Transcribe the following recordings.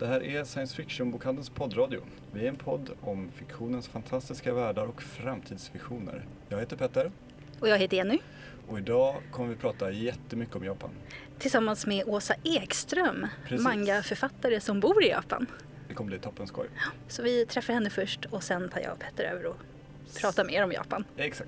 Det här är Science Fiction-bokhandelns poddradio. Vi är en podd om fiktionens fantastiska världar och framtidsvisioner. Jag heter Petter. Och jag heter Jenny. Och idag kommer vi prata jättemycket om Japan. Tillsammans med Åsa Ekström, Precis. Manga-författare som bor i Japan. Det kommer bli toppenskoj. Så vi träffar henne först och sen tar jag och Petter över och pratar mer om Japan. Exakt.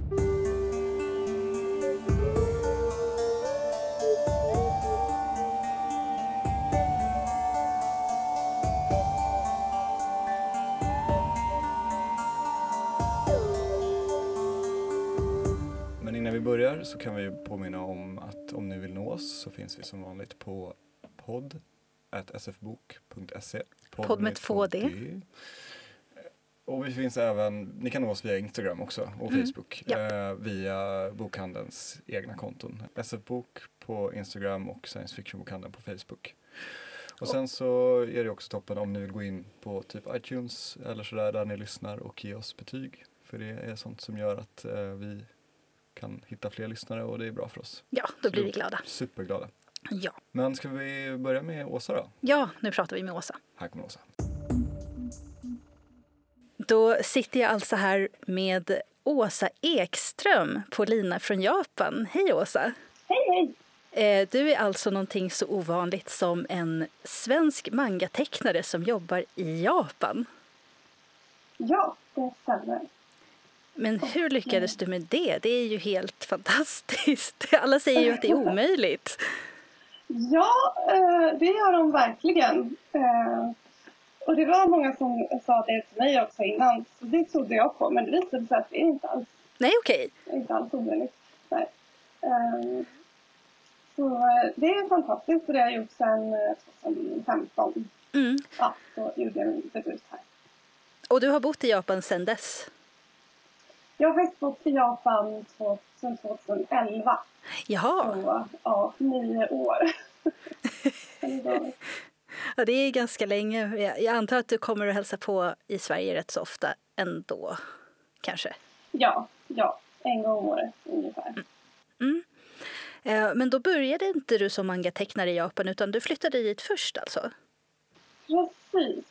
Men innan vi börjar så kan vi påminna om att om ni vill nå oss så finns vi som vanligt på podd@sfbok.se. Podd med 2D. Och vi finns även, ni kan nå oss via Instagram också och Facebook. Via bokhandelns egna konton. SF-bok på Instagram och Science Fiction-bokhandeln på Facebook. Och sen så är det också toppen om ni vill gå in på typ iTunes eller sådär där ni lyssnar och ge oss betyg. För det är sånt som gör att vi kan hitta fler lyssnare och det är bra för oss. Ja, då blir vi glada. Superglada. Ja. Men ska vi börja med Åsa då? Ja, nu pratar vi med Åsa. Här kommer Åsa. Då sitter jag alltså här med Åsa Ekström på lina från Japan. Hej Åsa! Hej, hej! Du är alltså någonting så ovanligt som en svensk mangatecknare som jobbar i Japan. Ja, det stämmer. Men hur lyckades du med det? Det är ju helt fantastiskt. Alla säger ju att det är omöjligt. Ja, det gör de verkligen. Och det var många som sa det till mig också innan. Så det trodde jag på. Men det visade sig att det är inte alls, Nej, okej. inte alls omöjligt. Nej. Så det är fantastiskt. Och det har jag gjort sedan 2015. Mm. Ja, så gjorde jag min debut här. Och du har bott i Japan sedan dess? Jag har faktiskt bott i Japan sedan 2011. Jaha. Så, ja, 9 år. Ja, det är ganska länge. Jag antar att du kommer att hälsa på i Sverige rätt så ofta ändå, kanske? Ja, en gång om året ungefär. Mm. Men då började inte du som mangatecknare i Japan utan du flyttade dit först alltså? Precis.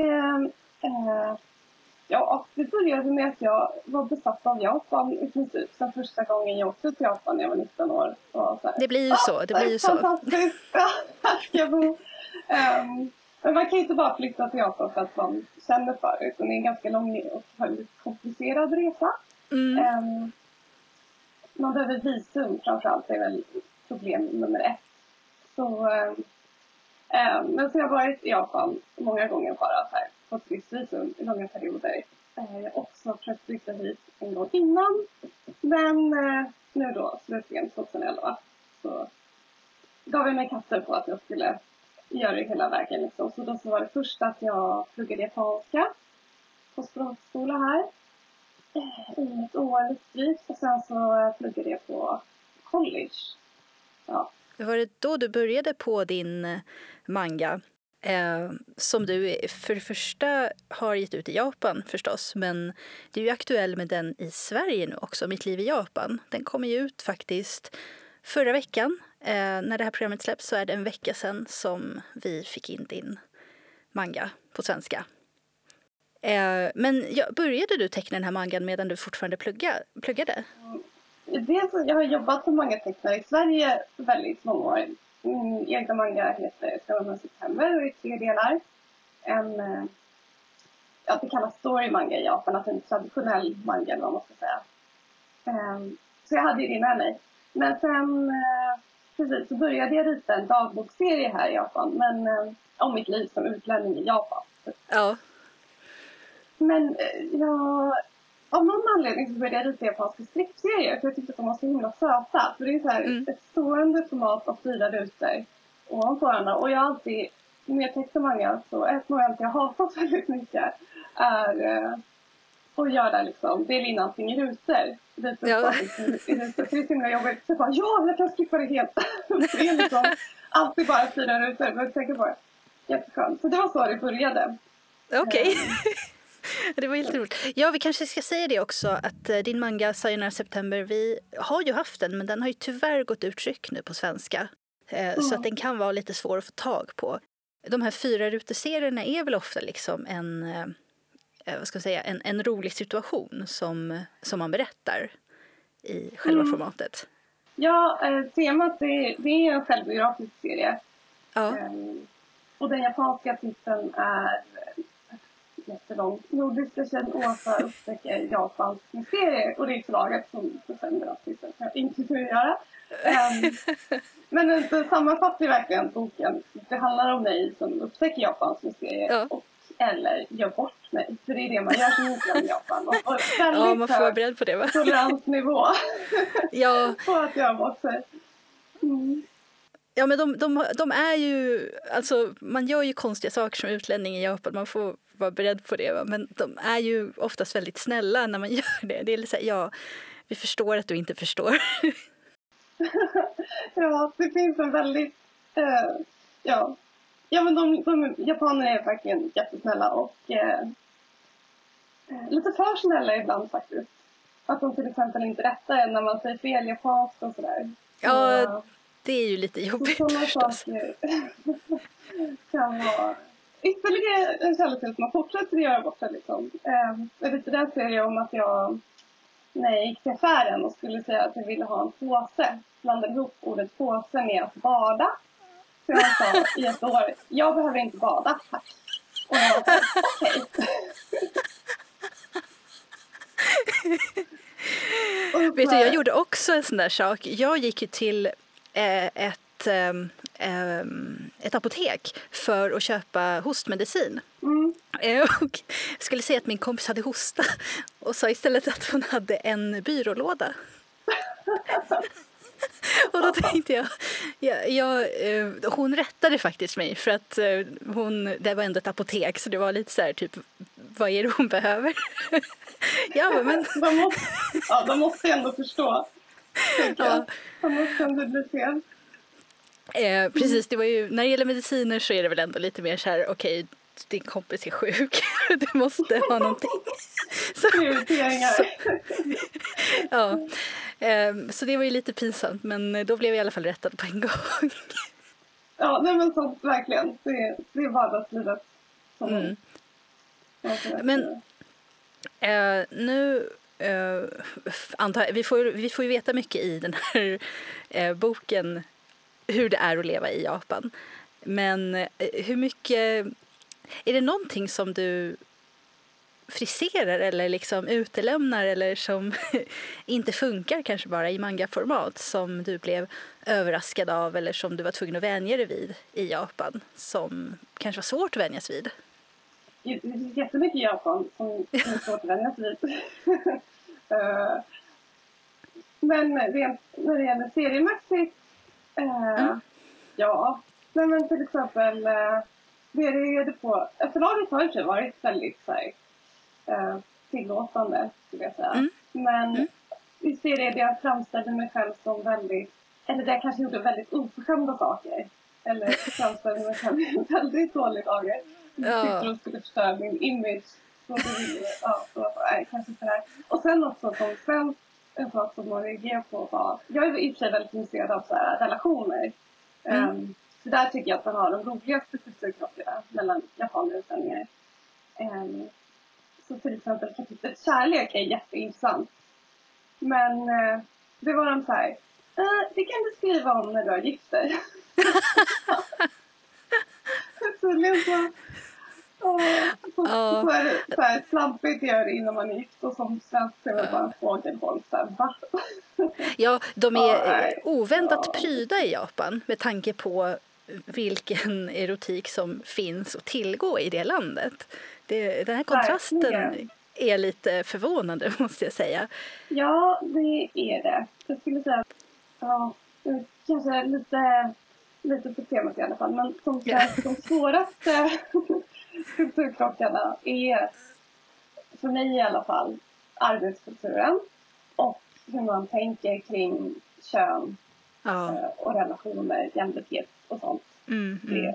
Det började med att jag var besatt av Japan i princip. Sen första gången jag åkte till Japan när jag var 19 år. Så här, det blir ju så. Det blir ju så. Fantastiskt. Men man kan ju inte bara flytta till Japan för att man känner för det. Utan det är en ganska lång och väldigt komplicerad resa. Mm. Man behöver visum framförallt. Det är väl problem nummer 1. Men så har jag varit i Japan många gånger bara så här, på turistvisum i långa perioder. Jag har också försökt flytta hit en gång innan. Men nu då, slutligen 2011, så gav jag mig katter på att jag skulle göra det hela vägen. Liksom. Så då så var det först att jag pluggade japanska på språkskola här i ett år drygt. Och sen så pluggade jag på college. Ja. Var det då du började på din manga som du för det första har gett ut i Japan förstås, men du är ju aktuell med den i Sverige nu också, Mitt liv i Japan. Den kommer ju ut faktiskt förra veckan. När det här programmet släpps så är det en vecka sedan som vi fick in din manga på svenska. Men började du teckna den här mangan medan du fortfarande pluggade? Jag har jobbat som mangatecknare i Sverige väldigt många år. Min egna manga heter Stormen september och är 3 delar. Det kallas story manga i Japan, alltså en traditionell manga eller vad man ska säga. Så jag hade det med mig. Men sen precis, så började jag rita en dagboksserie här i Japan. Men om mitt liv som utlänning i Japan. Ja. Men av någon anledning så började jag rita japanska strippserier för jag tyckte att de var så himla söta. För det är så här ett stående format av 4 rutor ovanpå varandra. Och jag har alltid, när jag tecknar manga, så ett moment jag hatat väldigt mycket är att göra liksom dellinanting i rutor. Ja. Så det är så himla jobbigt. Så jag bara, jag kan skippa det helt. För det är liksom alltid bara 4 rutor. Men jag tänker på det. Jätteskönt. Så det var så det började. Okej. Det var helt roligt. Ja, vi kanske ska säga det också att din manga Sayonara September, vi har ju haft den men den har ju tyvärr gått ur tryck nu på svenska. Så att den kan vara lite svår att få tag på. de här 4-ruteserierna är väl ofta liksom en rolig situation som man berättar i själva formatet. Ja, temat det är en självbiografisk serie. Ja. Och den japanska titeln är jättelång. Nordiska tjejen Åsa upptäcker Japans mysterier. Och det är förlaget som bestämmer att titeln har inte med att göra. Men den sammanfattar verkligen boken. Det handlar om mig som upptäcker Japans mysterier eller gör bort mig. För det är det man gör som inte i Japan. Man får väldigt man får vara beredd på det, va? toleransnivå på att göra bort sig. Ja, men de är ju, alltså man gör ju konstiga saker som utlänning i Japan, man får vara beredd på det, va? Men de är ju oftast väldigt snälla när man gör det. Det är lite så här, vi förstår att du inte förstår. Ja, det finns en väldigt, men de japaner är verkligen jättesnälla och lite för snälla ibland faktiskt. Att de till exempel inte rättar en när man säger fel japanskt och sådär. Ja, det är ju lite jobbigt förstås. Kan vara ytterligare en källa till att man fortsätter att göra bort det liksom. Lite där ser jag om att jag, när jag gick till affären och skulle säga att jag ville ha en påse, blandade ihop ordet påse med att bada. Så jag sa i ett år, jag behöver inte bada, tack. Och jag sa, okej. Vet du, jag gjorde också en sån där sak. Jag gick ju till ett apotek för att köpa hostmedicin. Och skulle se att min kompis hade hosta och sa istället att hon hade en byrålåda. Och då tänkte hon rättade faktiskt mig för att det var ändå ett apotek, så det var lite så här typ, vad är det hon behöver? Men de måste ändå förstå. Annars kan det bli fel. Precis, det var ju, när det gäller mediciner så är det väl ändå lite mer så här, okej, din kompis är sjuk, du måste ha någonting. Så det var ju lite pinsamt, men då blev jag i alla fall rättad på en gång. Ja, nej men så verkligen, det är vardagslivet. Men nu antar jag, vi får ju veta mycket i den här boken hur det är att leva i Japan. Men hur mycket, är det någonting som du friserar eller liksom utelämnar eller som inte funkar kanske bara i manga-format, som du blev överraskad av eller som du var tvungen att vänja dig vid i Japan, som kanske var svårt att vänjas vid? Det finns jättemycket i Japan som är svårt att vänjas vid. Men när det gäller seriemässigt, men till exempel det reagerade på, förlaget har ju varit väldigt tillåtande, skulle jag säga. Men i serien jag framställde mig själv som väldigt, eller det jag kanske gjorde väldigt oförskämda saker. Eller framställde mig själv väldigt dåligt saker. Jag tyckte de skulle förstöra min image. Kanske sådär. Och sen också som svensk, en sak som man reagerar på var, jag är i och för sig väldigt intresserad av relationer. Så där tycker jag att man har de roligaste kulturkropparna mellan japaner och utlänningar. Så till exempel kapitlet kärlek är jätteintressant. Men det var de så här, det kan du skriva om när du har gift dig. Tydligen så är det så här slampigt gör det innan man är gift, och som svensk så är det bara en fågelholm. Ja, de är oväntat pryda i Japan med tanke på vilken erotik som finns att tillgå i det landet. Den här kontrasten är lite förvånande, måste jag säga. Ja, det är det. Jag skulle säga att kanske lite på temat i alla fall. Men de svåraste kulturkrockarna är, för mig i alla fall, arbetskulturen och hur man tänker kring kön och relationer, jämlikhet och sånt. Det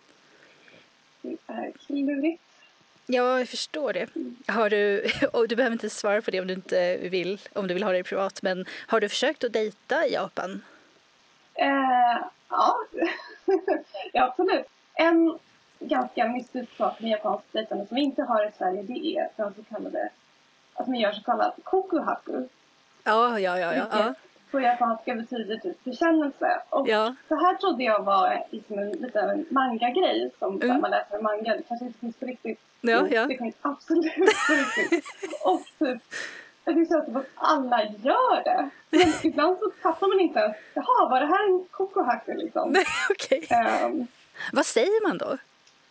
är klurigt. Ja, jag förstår det. Och du behöver inte svara på det om du inte vill, om du vill ha det privat, men har du försökt att dejta i Japan? Ja, absolut. ganska mystisk sak med japanskt dejtande som vi inte har i Sverige, det är den så kallade, att man gör så kallad kokuhaku. Ja. På japanska betyder typ bekännelse. Och det här trodde jag var liksom lite av en manga-grej som man läser en manga. Det kanske inte finns på riktigt. Det finns absolut på riktigt. Och typ, det känns som att alla gör det. Men ibland så fattar man inte ens, jaha, var det här en kokohaku liksom? Okej. Vad säger man då?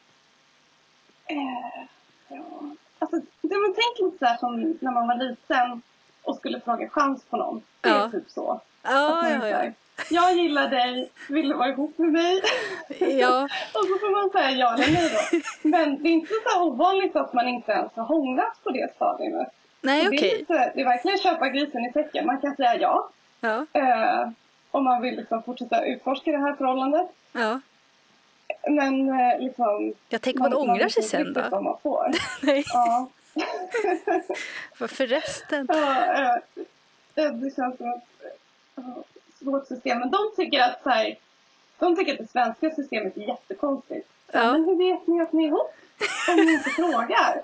Alltså, det man tänker lite så här som när man var liten och skulle fråga chans på någon. Det är typ så. Ja. Jag gillar dig, vill du vara ihop med mig? Ja. Och så får man säga ja eller nej då. Men det är inte så ovanligt att man inte ens har hånglat på det stadiet. Nej, okej. Det är verkligen köpa grisen i säcken. Man kan säga ja. Om man vill liksom fortsätta utforska det här förhållandet. Ja. Men liksom... Jag tänker man ångrar sig sen då. Vad man får. Nej. Ja. Varför resten? Det känns som ett svårt system. Men de tycker att det svenska systemet är jättekonstigt. Men hur vet ni att ni är ihop? Om ni inte frågar.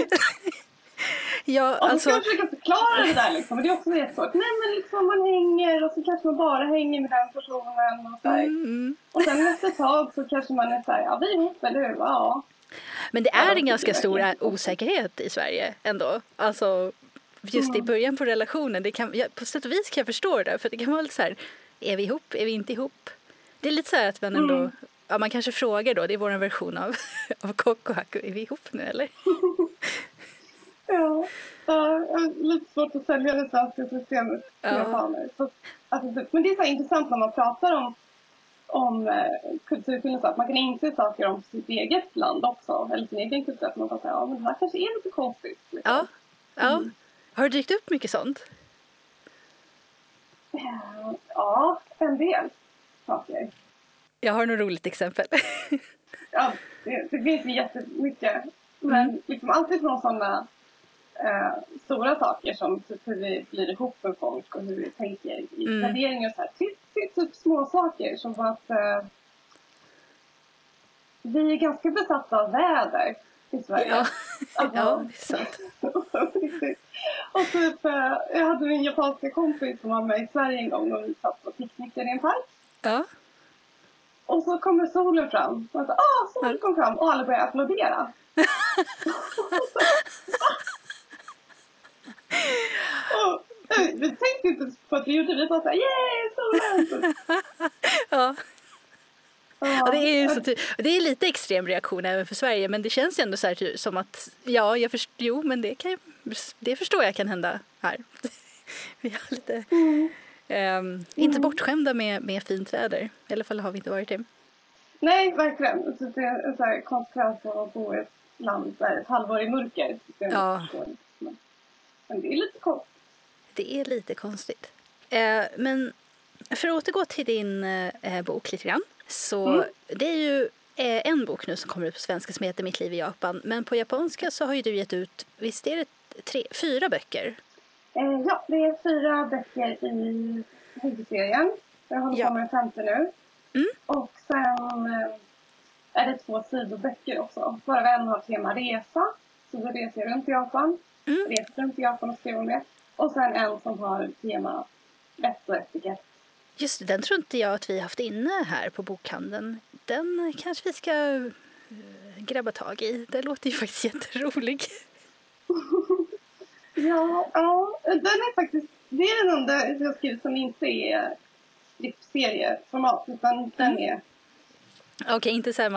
Ja, och så ska jag försöka förklara det där liksom. Och det är också jättesvårt. Nej men liksom man hänger och så kanske man bara hänger med den personen. Och, så och sen efter ett tag så kanske man är såhär, ja vi är ihop eller hur? Ja. Men det är en ganska stor osäkerhet i Sverige ändå. Alltså just i början på relationen. På sätt och vis kan jag förstå det. För det kan vara lite så här, är vi ihop? Är vi inte ihop? Det är lite så här att man ändå, man kanske frågar då, det är vår version av kokohaku. Är vi ihop nu eller? Ja, lite svårt att sälja det svenska systemet till japaner. Men det är så här intressant när man pratar om kulturskillnad, så att man kan inse saker om sitt eget land också, eller sin egen kultur, att man bara säger, men det här kanske är lite konstigt. Liksom. Ja. Har det dykt upp mycket sånt? Ja, en del saker. Jag har något roligt exempel. Ja, det finns ju jättemycket. Men liksom alltid från sådana stora saker som typ hur vi blir ihop med folk och hur vi tänker i värderingar och så här. Till typ små saker som att vi är ganska besatta av väder i Sverige. Ja, alltså, det är sant. Och typ, jag hade min japanska kompis som var med i Sverige en gång och vi satt och picknickade i en park. Ja. Och så kommer solen fram. Och så, solen kom fram och alla började applådera. Och, vi tänkte inte på att vi gjorde det. Vi bara såhär, yay, solen! Ja, det är ju så det är lite extrem reaktion även för Sverige, men det känns ju ändå så här som att men det förstår jag kan hända här. Vi har lite inte bortskämda med fint väder. I alla fall har vi inte varit det. Nej, verkligen. Så det är en så här konsekvens av att bo i ett land där ett halvår i mörker. Men det är lite konstigt. Det är lite konstigt. Men för att återgå till din bok lite grann. Så det är ju en bok nu som kommer ut på svenska som heter Mitt liv i Japan. Men på japanska så har ju du gett ut, visst är det 4 böcker? Ja, det är 4 böcker i huvudserien. Jag håller på med 5:e nu. Och sen är det 2 sidoböcker också. Bara en har tema resa. Så du reser runt i Japan. Reser runt i Japan och skriver om det. Och sen en som har tema vett och etikett. Just det, den tror inte jag att vi haft inne här på bokhandeln. Den kanske vi ska grabba tag i. Det låter ju faktiskt jätterolig. Ja, den är faktiskt, det är den enda jag har skrivit som inte är stripserieformat, utan den är... Okej, inte så här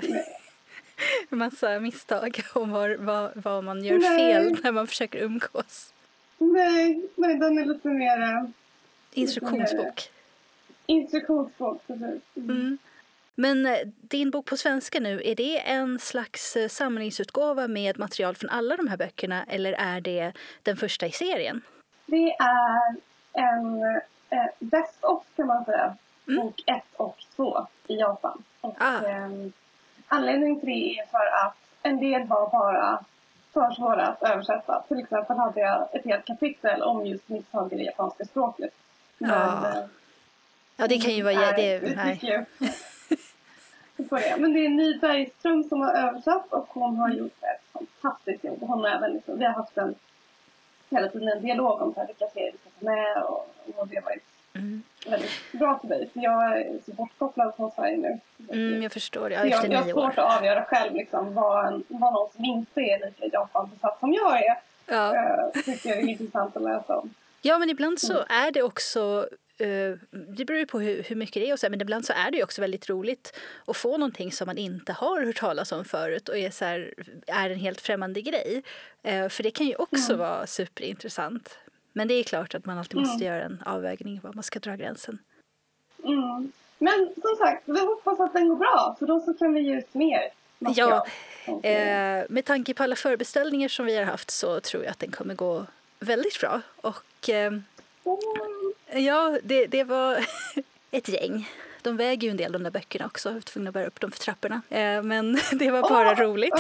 massa misstag om vad man gör fel när man försöker umgås. Nej, den är lite mer... Instruktionsbok. Instruktionsbok, precis. Men din bok på svenska nu, är det en slags samlingsutgåva med material från alla de här böckerna, eller är det den första i serien? Det är en best of, kan man säga. Bok 1 och 2 i Japan. Och, anledningen till det är för att en del var bara för svåra att översätta. Till exempel hade jag ett helt kapitel om just misstag i det japanska språket. Men, det kan ju vara... Det på det. Men det är My Bergström som har översatt och hon har gjort ett fantastiskt jobb. Hon har även liksom, vi har haft hela tiden en dialog om vilka serier vi ska ta med och det har varit väldigt bra för mig. För jag är så bortkopplad från Sverige nu. Jag förstår det. Jag har svårt att avgöra själv liksom, vad någon som inte är lika Japan-besatt som jag är. Ja. Tycker jag är intressant att läsa om. Ja, men ibland så är det också, det beror ju på hur mycket det är och så, men ibland så är det ju också väldigt roligt att få någonting som man inte har hört talas om förut och är en helt främmande grej. För det kan ju också vara superintressant. Men det är klart att man alltid måste göra en avvägning var man ska dra gränsen. Men som sagt, vi hoppas att den går bra, för då så kan vi ge ut mer material. Ja, med tanke på alla förbeställningar som vi har haft så tror jag att den kommer gå väldigt bra. Och ja, det var ett gäng. De väger ju en del de där böckerna också. Jag var tvungen att bära upp dem för trapporna. Men det var bara roligt.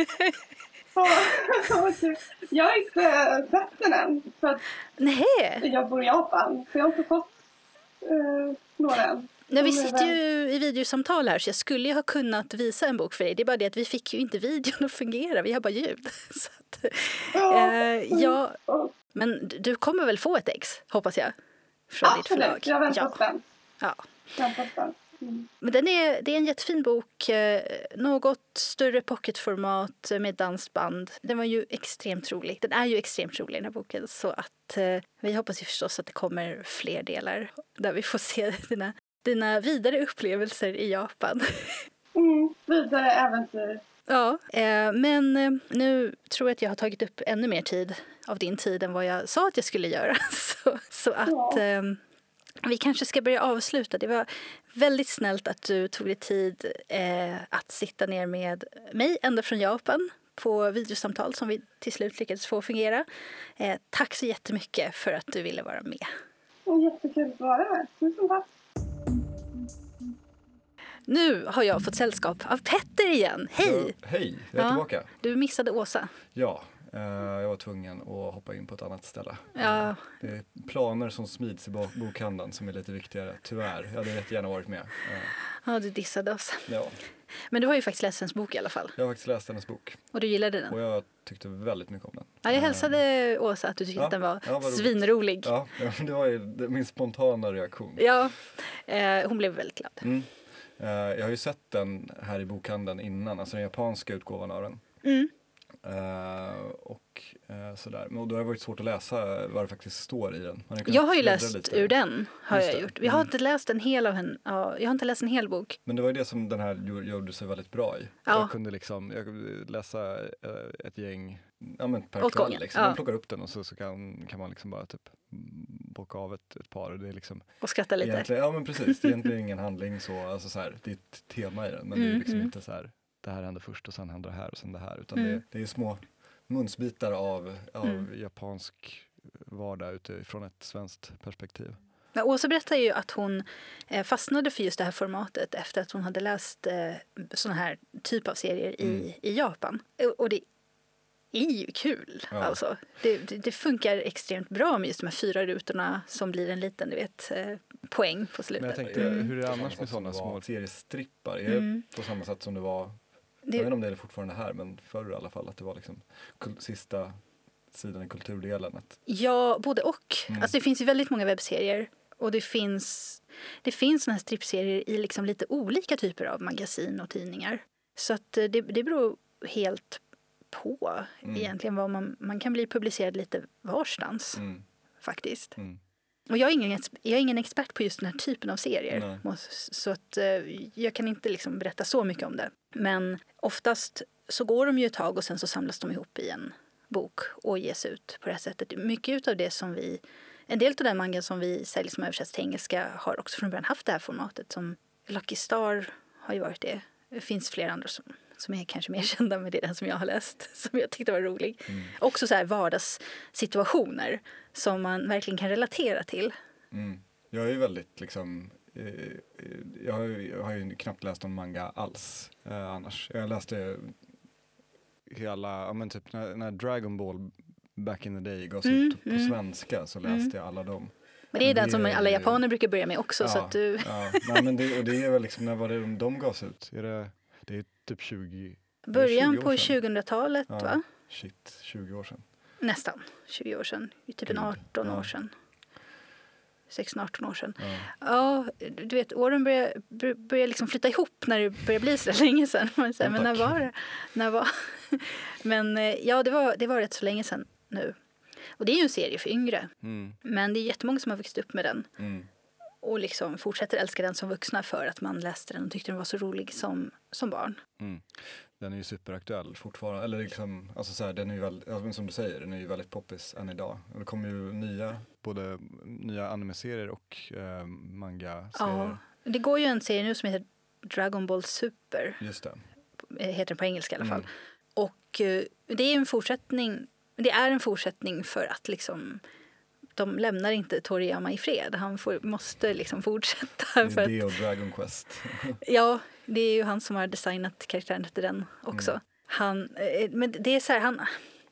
Jag har inte sett den än. För att jag bor i Japan. Så jag har inte fått några än. Nej, vi sitter ju i videosamtal här så jag skulle ju ha kunnat visa en bok för dig. Det är bara det att vi fick ju inte videon att fungera. Vi har bara ljud. Så att, ja, men du kommer väl få ett ex, hoppas jag. Från ditt förlag. Jag väntar spänt. Ja. Men det är en jättefin bok. Något större pocketformat med dansband. Den var ju extremt rolig. Den är ju extremt rolig den här boken. Så att vi hoppas ju förstås att det kommer fler delar. Där vi får se dina vidare upplevelser i Japan. Vidare äventyr. Ja, men nu tror jag att jag har tagit upp ännu mer tid av din tid än vad jag sa att jag skulle göra. Så att vi kanske ska börja avsluta. Det var väldigt snällt att du tog dig tid att sitta ner med mig ända från Japan på videosamtal som vi till slut lyckades få fungera. Tack så jättemycket för att du ville vara med. Jättekul att vara här. Tusen tack. Nu har jag fått sällskap av Petter igen. Hej! Hej, jag är tillbaka. Du missade Åsa. Ja, jag var tvungen att hoppa in på ett annat ställe. Ja. Det är planer som smids i bokhandeln som är lite viktigare, tyvärr. Jag hade rätt gärna varit med. Ja, du dissade oss. Ja. Men du har ju faktiskt läst hennes bok i alla fall. Jag har faktiskt läst hennes bok. Och du gillade den? Och jag tyckte väldigt mycket om den. Ja, jag hälsade Åsa att du tyckte att den var svinrolig. Ja, det var ju min spontana reaktion. Ja, hon blev väldigt glad. Jag har ju sett den här i bokhandeln innan, alltså den japanska utgåvan av den. Sådär. Men då har det varit svårt att läsa vad det faktiskt står i den. Jag har ju läst ur den, har jag gjort. Jag har inte läst en hel av henne. Ja, jag har inte läst en hel bok. Men det var ju det som den här gjorde sig väldigt bra i. Ja. Jag kunde läsa ett gäng per åt kväll. gången. Liksom. Man plockar upp den och så kan man liksom bara typ bocka av ett par. Det är liksom, och skratta lite. Ja, men precis. Det är egentligen ingen handling så. Alltså så här, det är ett tema i den. Men det är liksom inte så här, det här händer först och sen händer det här och sen det här. Utan det är små munsbitar av japansk vardag utifrån ett svenskt perspektiv. Men Åsa berättar ju att hon fastnade för just det här formatet efter att hon hade läst såna här typ av serier i Japan. Och det är ju kul. Ja. Alltså. Det funkar extremt bra med just de här 4 rutorna som blir en liten poäng på slutet. Men jag tänkte, hur är det annars med sådana små seriestrippar? Är det på samma sätt som det var, jag vet inte om det är fortfarande här, men förr i alla fall, att det var liksom sista sidan i kulturdelen? Ja, både och. Alltså det finns ju väldigt många webbserier och det finns såna här strippserier i liksom lite olika typer av magasin och tidningar. Så att det beror helt på egentligen vad man kan bli publicerad lite varstans faktiskt. Och jag är ingen expert på just den här typen av serier. Så att jag kan inte liksom berätta så mycket om det. Men oftast så går de ju ett tag och sen så samlas de ihop i en bok och ges ut på det här sättet. Mycket av det som en del av den manga som vi säljer som översätts till engelska har också från början haft det här formatet. Som Lucky Star har ju varit det. Det finns flera andra som är kanske mer kända, men det är den som jag har läst, som jag tyckte var rolig. Också så här vardagssituationer som man verkligen kan relatera till. Jag är ju väldigt liksom, jag har ju knappt läst någon manga alls annars. Jag läste hela, typ när Dragon Ball back in the day gavs ut på svenska så läste jag alla dem. Men det är den som alla japaner brukar börja med också. Så att du... Nej, men det är väl liksom, när var det de gavs ut? Det är typ 20... Början på 2000-talet, va? Shit, 20 år sedan. Nästan 20 år sedan. Typ en 18 år sedan. 16-18 år sedan. Ja, du vet, åren börjar liksom flytta ihop när det börjar bli så länge sedan. Man säger, men när var det? Men ja, det var rätt så länge sedan nu. Och det är ju en serie för yngre. Men det är jättemånga som har vuxit upp med den. Och liksom fortsätter älska den som vuxna för att man läste den och tyckte den var så rolig som barn. Den är ju superaktuell fortfarande. Eller liksom, alltså så här, den är ju väldigt, som du säger, den är ju väldigt poppis än idag. Och det kommer ju både nya anime-serier och manga-serier. Ja, det går ju en serie nu som heter Dragon Ball Super. Just det. Heter den på engelska i alla fall. Och det är en fortsättning. Det är en fortsättning för att liksom de lämnar inte Toriyama i fred. Han måste liksom fortsätta. Det är det och Dragon Quest. Ja, det är ju han som har designat karaktären till den också. Men det är så här,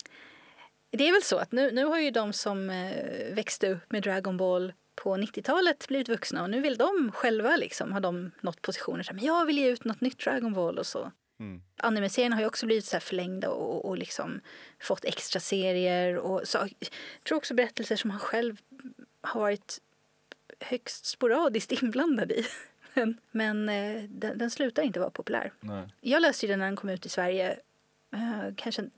det är väl så att nu har ju de som växte upp med Dragon Ball på 90-talet blivit vuxna och nu vill de själva liksom, har de nått positioner så här, men jag vill ge ut något nytt Dragon Ball och så. Anime-serien har ju också blivit så här förlängda och liksom fått extra serier och så, jag tror också berättelser som han själv har varit högst sporadiskt inblandad i. Men den slutar inte vara populär. Nej. Jag läste ju den när den kom ut i Sverige. Kanske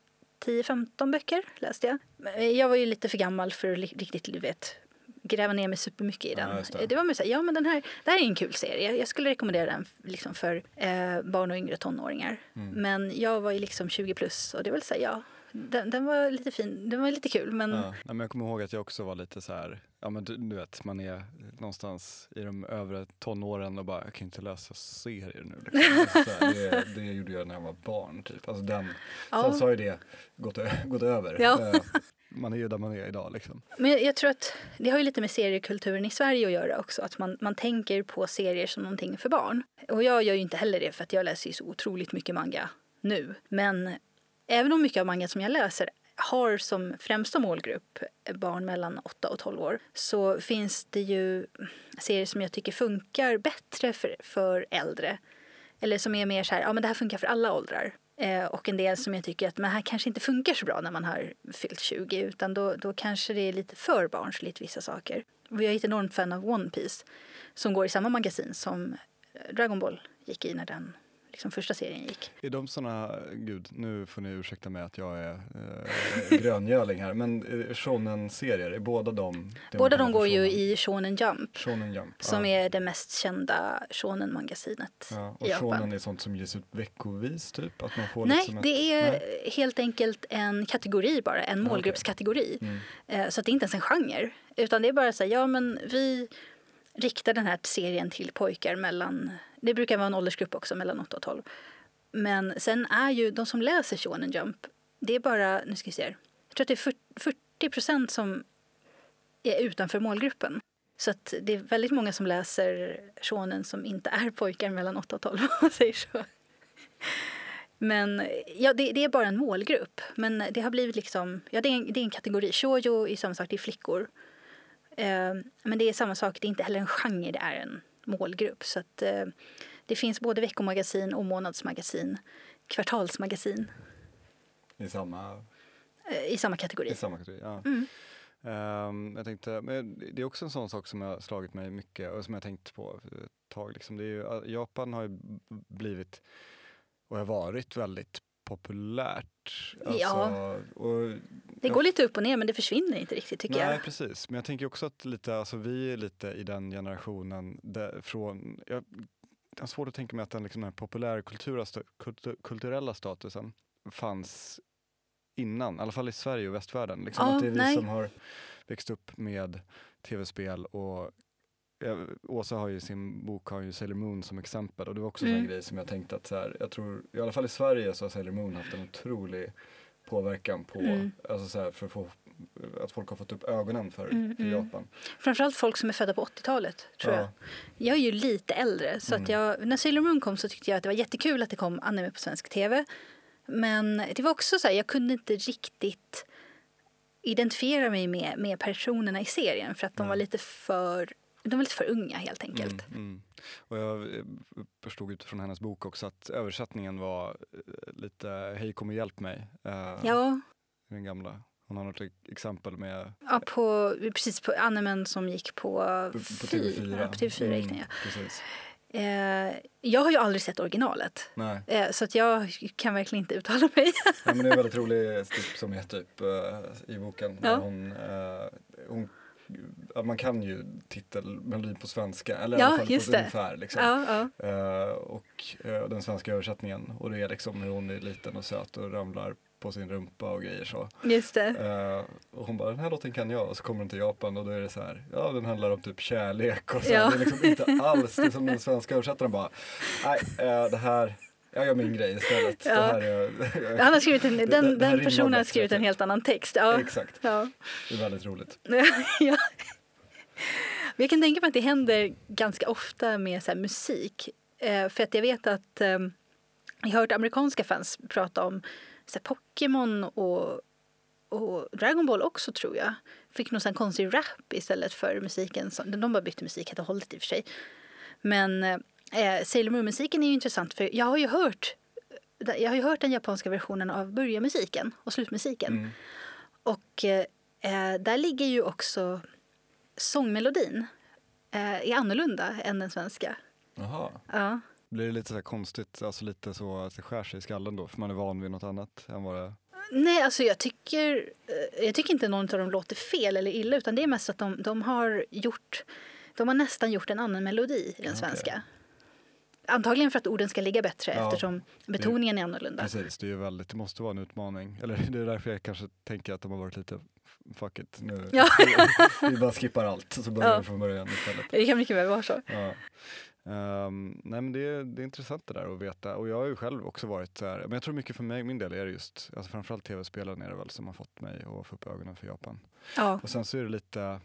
10-15 böcker läste jag. Jag var ju lite för gammal för att riktigt gräva ner mig supermycket i den. Det var mer så här, men det här är en kul serie. Jag skulle rekommendera den liksom för barn och yngre tonåringar. Men jag var ju liksom 20 plus och det var så här, den var lite fin. Den var lite kul. Men... Ja, men jag kommer ihåg att jag också var lite så här, ja men du vet, man är någonstans i de övre tonåren och bara, jag kan inte läsa serier nu. Liksom. Så här, det gjorde jag när jag var barn typ. Alltså sen så har ju det gått över. Ja. Man är ju där man är idag liksom. Men jag tror att det har ju lite med seriekulturen i Sverige att göra också. Att man tänker på serier som någonting för barn. Och jag gör ju inte heller det för att jag läser ju så otroligt mycket manga nu. Men även om mycket av manga som jag läser har som främsta målgrupp barn mellan 8 och 12 år, så finns det ju serier som jag tycker funkar bättre för äldre. Eller som är mer så här, men det här funkar för alla åldrar. Och en del som jag tycker att men här kanske inte funkar så bra när man har fyllt 20, utan då kanske det är lite för barnsligt vissa saker. Och jag är ett enormt fan av One Piece som går i samma magasin som Dragon Ball gick i när den liksom första serien gick. Är de såna, gud, nu får ni ursäkta mig att jag är gröngöling här, men shonen-serier, är båda de? Båda de går ju i Shonen Jump. Shonen Jump, som är det mest kända shonen-magasinet och i Japan. Shonen är sånt som ges ut veckovis typ? Att man får Nej, liksom det är helt enkelt en kategori bara, en målgruppskategori. Så att det är inte ens en genre, utan det är bara så här, men vi riktar den här serien till pojkar mellan, det brukar vara en åldersgrupp också, mellan 8 och 12. Men sen är ju de som läser Shonen Jump, det är bara, nu ska vi se här, jag tror att det är 40% som är utanför målgruppen. Så att det är väldigt många som läser shonen som inte är pojkar mellan 8 och 12, om man säger så. Men ja, det är bara en målgrupp. Men det har blivit liksom, det är en kategori. Shoujo är samma sak, det är flickor. Men det är samma sak, det är inte heller en genre, det är en målgrupp. Så att det finns både veckomagasin och månadsmagasin, kvartalsmagasin. I samma kategori. I samma kategori, ja. Jag tänkte, men det är också en sån sak som har slagit mig mycket och som jag tänkt på ett tag. Liksom. Det är ju, Japan har ju blivit och har varit väldigt populärt. Alltså, och det går lite upp och ner, men det försvinner inte riktigt, tycker jag. Nej, precis. Men jag tänker också att vi är lite i den generationen jag har svårt att tänka mig att den här kulturella statusen fanns innan, i alla fall i Sverige och västvärlden. Liksom, att det är vi som har växt upp med tv-spel och Åsa har ju i sin bok Sailor Moon som exempel, och det var också en grej som jag tänkte att så här, jag tror, i alla fall i Sverige så har Sailor Moon haft en otrolig påverkan på, alltså så här, att folk har fått upp ögonen för Japan. Framförallt folk som är födda på 80-talet, tror jag. Jag är ju lite äldre, så att när Sailor Moon kom så tyckte jag att det var jättekul att det kom anime på svensk tv. Men det var också så här, jag kunde inte riktigt identifiera mig med personerna i serien för att de var lite för unga helt enkelt. Och jag förstod utifrån hennes bok också att översättningen var lite hej kom och hjälp mig. Ja. Den gamla. Hon har något exempel med... Ja, precis på Annemen som gick på TV4. På TV4 gick den, ja. Precis. Jag har ju aldrig sett originalet. Nej. Så att jag kan verkligen inte uttala mig. Ja, men det är en väldigt rolig stick som är typ i boken. Ja. Hon man kan ju titelmelodin på svenska, eller i Ja, alla fall på just ett det. ungefär. Liksom. Och den svenska översättningen. Och det är liksom hur hon är liten och söt och ramlar på sin rumpa och grejer så. Just det. Och hon bara, den här låten kan jag. Och så kommer hon till Japan och då är det så här, ja den handlar om typ kärlek och så. Ja. Det är liksom inte alls, det är som den svenska översättaren bara, nej det här, jag gör min grej istället. Ja. Det här är, Han har skrivit den personen har bättre. skrivit en helt annan text. Ja. Exakt, Ja. det är väldigt roligt. Ja. Men jag kan tänka mig att det händer ganska ofta med så här musik. För att jag vet att jag har hört amerikanska fans prata om så här, Pokémon och Dragon Ball också, tror jag. Fick någon sån konstig rap istället för musiken. De bara bytte musik helt och hållet i och för sig. Men Sailor Moon-musiken är ju intressant för jag har ju hört den japanska versionen av börjarmusiken och slutmusiken. Och där ligger ju också sångmelodin är annorlunda än den svenska. Jaha. Ja. Blir det lite så här konstigt, alltså lite så att det skär sig i skallen då, för man är van vid något annat än vad det... Nej, alltså jag tycker inte någon av dem låter fel eller illa, utan det är mest att de har nästan gjort en annan melodi i den svenska. Antagligen för att orden ska ligga bättre eftersom betoningen är annorlunda. Precis, det måste vara en utmaning. Eller det är därför jag kanske tänker att de har varit lite fuck it, nu vi bara skippar allt så börjar vi från början istället. Det kan mycket väl vara så. Ja. Nej men det är intressant det där att veta, och jag har ju själv också varit så här, men jag tror mycket för mig, min del är det just, alltså framförallt tv-spelen är det väl som har fått mig att få upp ögonen för Japan. Ja. Och sen så är det lite,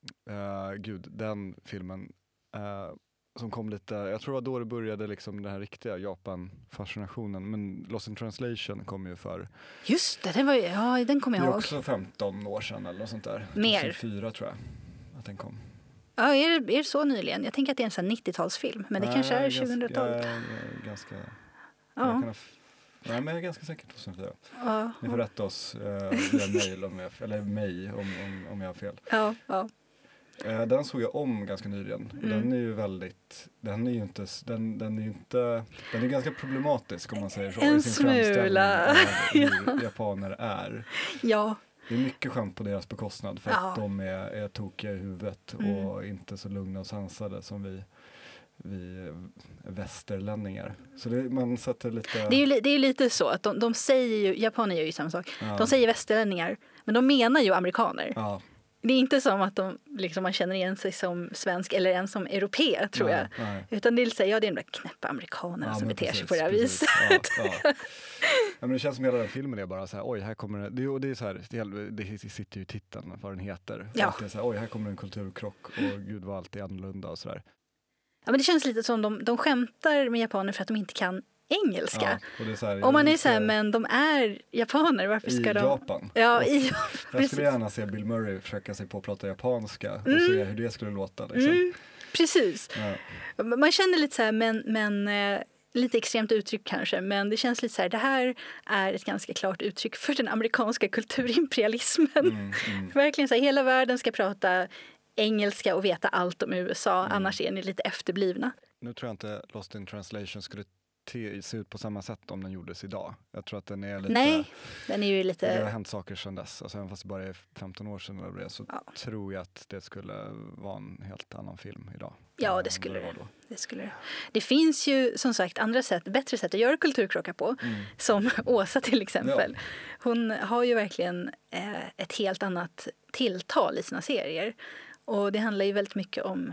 den filmen som kom lite, jag tror det var då det började liksom den här riktiga Japan-fascinationen, men Lost in Translation kom ju för... Just det, den kommer jag ihåg. Det är också 15 år sedan eller något sånt där. Mer. 2004 tror jag att den kom. Ja, är det så nyligen? Jag tänker att det är en sån 90-talsfilm, men det kanske är 2012. Ganska... Ja. Nej, men jag är ganska säker på 2004. Ja. Ni får rätta oss via mail om jag har fel. Ja. Den såg jag om ganska nyligen. Den är ju den är ganska problematisk om man säger så. En i sin smula. framställning av hur japaner är. Ja. Det är mycket skämt på deras bekostnad för att de är tokiga i huvudet och inte så lugna och sansade som vi västerlänningar. Så man sätter lite... Det är lite så att de säger ju, japaner gör ju samma sak. Ja. De säger västerlänningar, men de menar ju amerikaner. Ja. Det är inte som att man känner igen sig som svensk eller ens som europé, tror jag. Nej. Utan det är så här, det är de där knäppa amerikanerna som beter sig på det här precis. viset. Ja. Ja, men det känns som hela den filmen är bara så här, oj, här kommer det är så här, det sitter ju i titeln vad den heter. Ja. Att det är så här, oj, här kommer en kulturkrock och gud vad allt är annorlunda och sådär. Ja, men det känns lite som de skämtar med japaner för att de inte kan engelska. Ja, och det är så här, Och man är så här, men de är japaner, varför ska de... Japan. Ja, i Jag precis. skulle gärna se Bill Murray försöka sig på att prata japanska och se hur det skulle låta. Liksom. Precis. Ja. Man känner lite så här, men lite extremt uttryck kanske, men det känns lite så här, det här är ett ganska klart uttryck för den amerikanska kulturimperialismen. Verkligen så här, hela världen ska prata engelska och veta allt om USA, annars är ni lite efterblivna. Nu tror jag inte Lost in Translation skulle se ut på samma sätt om den gjordes idag. Jag tror att den är lite... Nej, den är ju lite... Det har hänt saker sedan dess. Alltså, även fast det bara är 15 år sedan eller det, så tror jag att det skulle vara en helt annan film idag. Ja, det skulle det. Det finns ju som sagt bättre sätt att göra kulturkrockar på. Som Åsa till exempel. Ja. Hon har ju verkligen ett helt annat tilltal i sina serier. Och det handlar ju väldigt mycket om...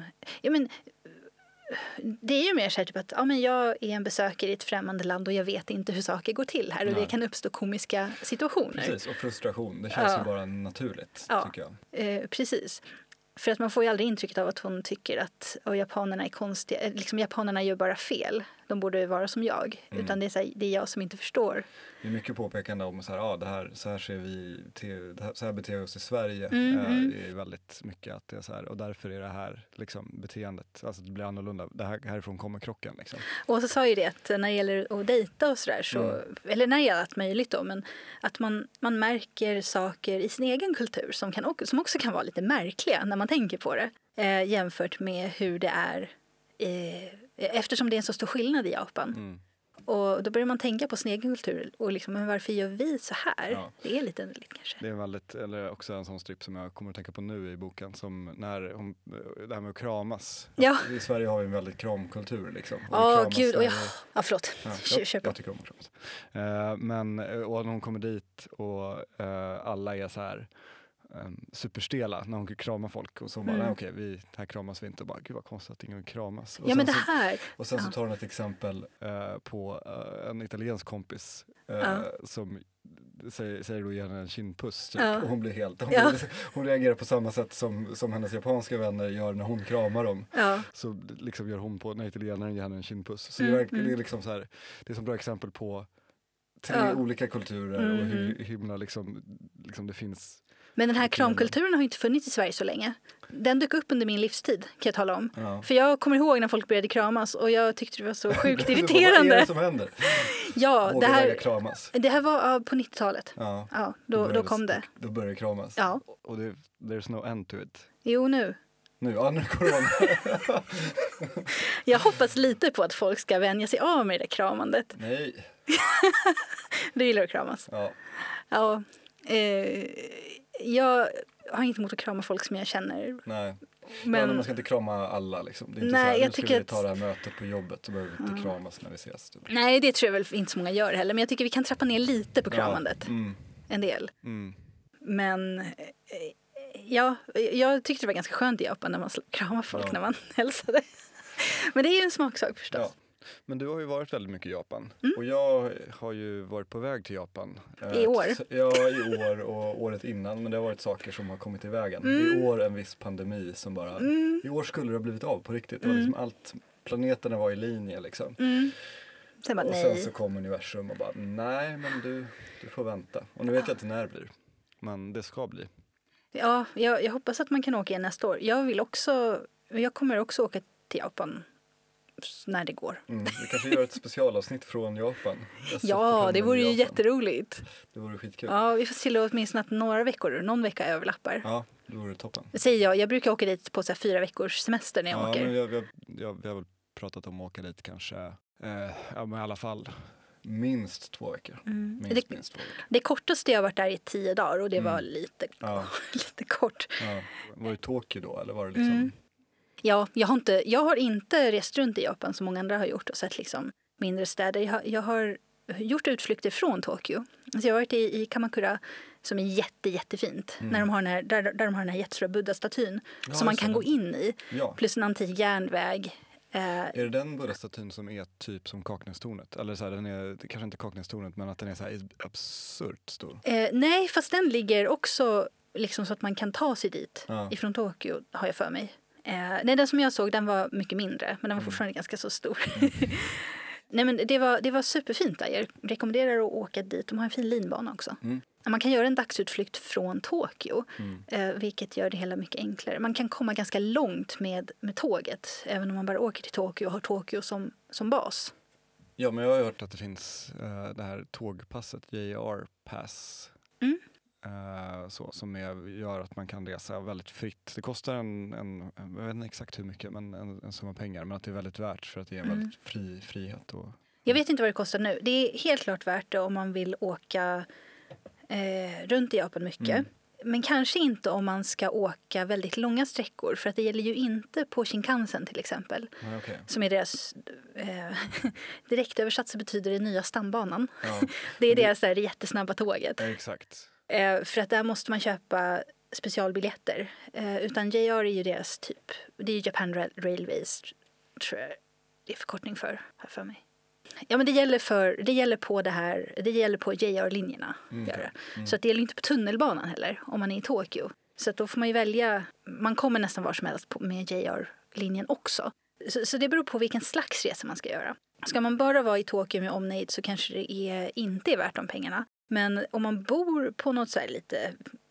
det är ju mer så här typ att jag är en besökare i ett främmande land och jag vet inte hur saker går till här. Och det kan uppstå komiska situationer. Precis, och frustration. Det känns ju bara naturligt, tycker jag. Precis. För att man får ju aldrig intrycket av att hon tycker att japanerna är konstiga. Liksom, japanerna gör bara fel. de borde vara som jag. Utan det är, så här, det är jag som inte förstår. Det är mycket påpekande om så här, så här ser vi så här beter vi oss i Sverige. Det är väldigt mycket att det är så här, och därför är det här liksom, beteendet, alltså det blir annorlunda. Härifrån kommer krocken liksom. Och så sa ju det att när det gäller att dejta och sådär, eller när det gäller allt möjligt då, men att man märker saker i sin egen kultur som också kan vara lite märkliga när man tänker på det. Jämfört med hur det är eftersom det är en så stor skillnad i Japan. Och då börjar man tänka på sin egen kultur och liksom, men varför gör vi så här? Ja. Det är lite underligt kanske. Det är väldigt, eller också en sån strip som jag kommer att tänka på nu i boken, som när det här med att kramas. Ja. I Sverige har vi en väldigt kramkultur liksom. Gud, förlåt. Jag tycker om att kramas. Men och när hon kommer dit och alla är så här superstela när hon kramar folk och så bara, nej okej, här kramas vi inte, och bara, gud vad konstigt att ingen kramas. Och men det här. Och sen så tar hon ett exempel på en italiensk kompis som säger då gärna en kindpuss typ, och hon blir helt, hon reagerar på samma sätt som hennes japanska vänner gör när hon kramar dem. Så liksom gör hon på när italienaren ger henne en kindpuss. Så det är liksom så här, det är som bra exempel på 3 olika kulturer och hur himla liksom det finns. Men den här kramkulturen har inte funnits i Sverige så länge. Den dök upp under min livstid, kan jag tala om. För jag kommer ihåg när folk började kramas och jag tyckte det var så sjukt irriterande. Vad är det som händer? Det här var på 90-talet. Då kom det. Då började det kramas. Ja. Och there's no end to it. Jo, nu corona. Jag hoppas lite på att folk ska vänja sig av med det kramandet. Nej. Du gillar att kramas. Ja. Jag har inte emot att krama folk som jag känner. Nej. Men man ska inte krama alla liksom. Det är inte nej, så här, nu ska vi ta det här mötet på jobbet, så behöver vi inte kramas när vi ses. Typ. Nej, det tror jag väl inte så många gör heller. Men jag tycker vi kan trappa ner lite på kramandet. En del. Men jag tyckte det var ganska skönt i Japan när man kramar folk när man hälsade. Men det är ju en smaksak förstås. Ja. Men du har ju varit väldigt mycket i Japan. Och jag har ju varit på väg till Japan. I år? Ja, i år och året innan. Men det har varit saker som har kommit i vägen. I år en viss pandemi som bara... I år skulle det ha blivit av på riktigt. Det var liksom allt... Planeterna var i linje liksom. Sen så kom universum och bara, nej men du får vänta. Och nu vet jag inte när det blir. Men det ska bli. Ja, jag hoppas att man kan åka igen nästa år. Jag kommer också åka till Japan när det går. Vi kanske gör ett specialavsnitt från Japan. Ja, det vore ju jätteroligt. Det vore skitkul. Ja, vi får se till åtminstone att någon vecka överlappar. Ja, det vore toppen. Säger jag brukar åka dit på så här 4 veckors semester när jag åker. Men vi har väl pratat om att åka dit kanske, men i alla fall minst 2 veckor. Minst 2 veckor. Det kortaste jag har varit där i 10 dagar och det var lite kort. Ja. Var det Tokyo då eller var det liksom... Ja, jag har inte rest runt i Japan som många andra har gjort och sett liksom mindre städer. Jag har gjort utflykter från Tokyo. Alltså jag har varit i Kamakura som är jättefint. När de har där de har den här jättestora buddha-statyn som man kan gå in i. Ja. Plus en antik järnväg. Är det den buddha-statyn som är typ som Kaknästornet? Eller så här, den är kanske inte Kaknästornet men att den är så här absurt stor? Nej, fast den ligger också liksom så att man kan ta sig dit ifrån Tokyo har jag för mig. Nej, den som jag såg den var mycket mindre men den var fortfarande ganska så stor. Nej, men det var superfint där. Jag rekommenderar att åka dit. De har en fin linbana också. Man kan göra en dagsutflykt från Tokyo vilket gör det hela mycket enklare. Man kan komma ganska långt med tåget även om man bara åker till Tokyo och har Tokyo som bas. Ja, men jag har hört att det finns det här tågpasset, JR Pass. Som gör att man kan resa väldigt fritt. Det kostar jag vet inte exakt hur mycket, men en summa pengar. Men att det är väldigt värt för att det är en väldigt frihet. Jag vet inte vad det kostar nu. Det är helt klart värt det om man vill åka runt i Japan mycket. Men kanske inte om man ska åka väldigt långa sträckor. För att det gäller ju inte på Shinkansen till exempel. Okay. Som är deras... direkt översatt så betyder det nya stambanan. Ja. Det är deras där jättesnabba tåget. Ja, exakt. För att där måste man köpa specialbiljetter. Utan JR är ju deras typ. Det är Japan Railways, tror jag det är förkortning för mig. Ja, men det gäller på JR-linjerna. Så att det gäller inte på tunnelbanan heller om man är i Tokyo. Så att då får man ju välja, man kommer nästan var som helst med JR-linjen också. Så det beror på vilken slags resa man ska göra. Ska man bara vara i Tokyo med omnejd så kanske det inte är värt de pengarna. Men om man bor på något så här lite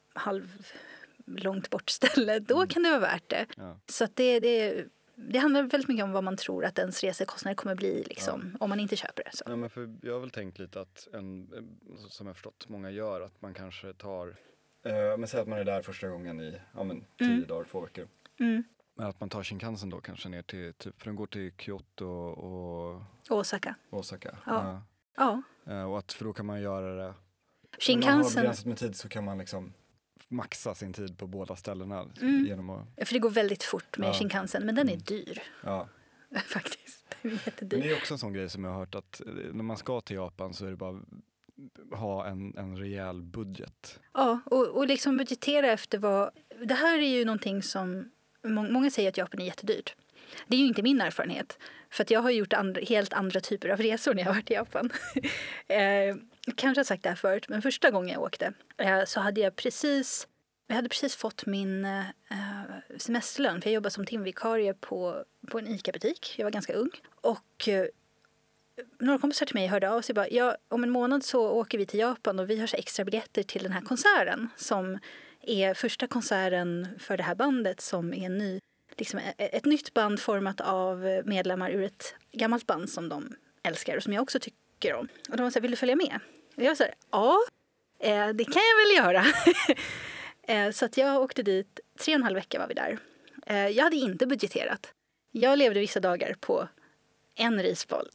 långt bort ställe, då kan det vara värt det. Ja. Så att det handlar väldigt mycket om vad man tror att ens resekostnader kommer bli liksom, om man inte köper det. Så. Ja, men för jag har väl tänkt lite att, som jag förstått många gör, att man kanske tar, men säg att man är där första gången i 10 dagar, 2 veckor. Mm. Men att man tar Shinkansen då kanske ner till, typ, för den går till Kyoto och Osaka. Ja. Och för då kan man göra det. Shinkansen. Om man har begränsat med tid så kan man liksom maxa sin tid på båda ställena. Genom att... För det går väldigt fort med Shinkansen, men den är dyr. Ja. Faktiskt, det är jättedyr. Men det är också en sån grej som jag har hört, att när man ska till Japan så är det bara ha en rejäl budget. Ja, och liksom budgetera efter vad... Det här är ju någonting som... Många säger att Japan är jättedyrt. Det är ju inte min erfarenhet. För att jag har gjort helt andra typer av resor när jag har varit i Japan. Kanske har sagt det här förut, men första gången jag åkte så hade jag precis fått min semesterlön. För jag jobbade som timvikarie på en ICA-butik. Jag var ganska ung. Och några kompisar till mig hörde av sig bara, om en månad så åker vi till Japan och vi har så extra biljetter till den här konserten som är första konserten för det här bandet som är ny. Liksom ett nytt band format av medlemmar ur ett gammalt band som de älskar och som jag också tycker om. Och de var så här, vill du följa med? Och jag sa, ja, det kan jag väl göra. Så att jag åkte dit, 3,5 veckor var vi där. Jag hade inte budgeterat. Jag levde vissa dagar på en risboll.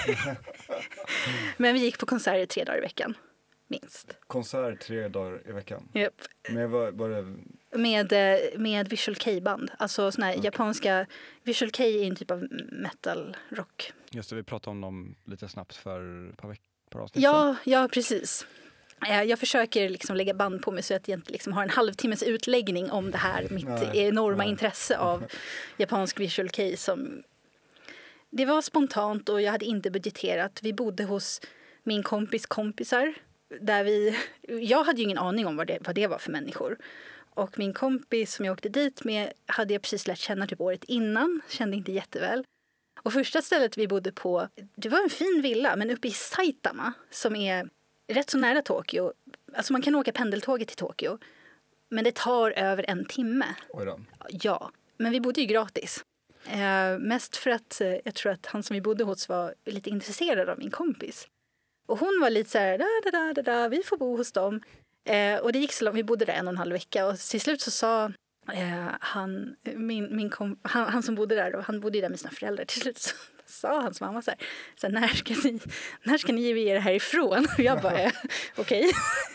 Men vi gick på konserter 3 dagar i veckan. Minst. Konsert 3 dagar i veckan? Japp. Men var det... Med Visual Kei-band. Alltså såna här japanska... Visual Kei är en typ av metal-rock. Just det, vi pratade om dem lite snabbt för ett par avsnitt. Ja, precis. Jag försöker liksom lägga band på mig så att jag inte liksom har en halvtimmes utläggning om det här. Mitt enorma intresse av japansk Visual Kei som... Det var spontant och jag hade inte budgeterat. Vi bodde hos min kompisar. Jag hade ju ingen aning om vad det var för människor. Och min kompis som jag åkte dit med hade jag precis lärt känna typ året innan. Kände inte jätteväl. Och första stället vi bodde på, det var en fin villa men uppe i Saitama som är rätt så nära Tokyo. Alltså man kan åka pendeltåget till Tokyo. Men det tar över 1 timme. Oj då. Ja, men vi bodde ju gratis. Mest för att jag tror att han som vi bodde hos var lite intresserad av min kompis. Och hon var lite så här, vi får bo hos dem. Och det gick så långt, vi bodde där 1,5 vecka. Och till slut så sa han som bodde där, och han bodde där med sina föräldrar. Till slut så sa hans mamma så här, när ska ni ge er härifrån? Och jag bara, okej.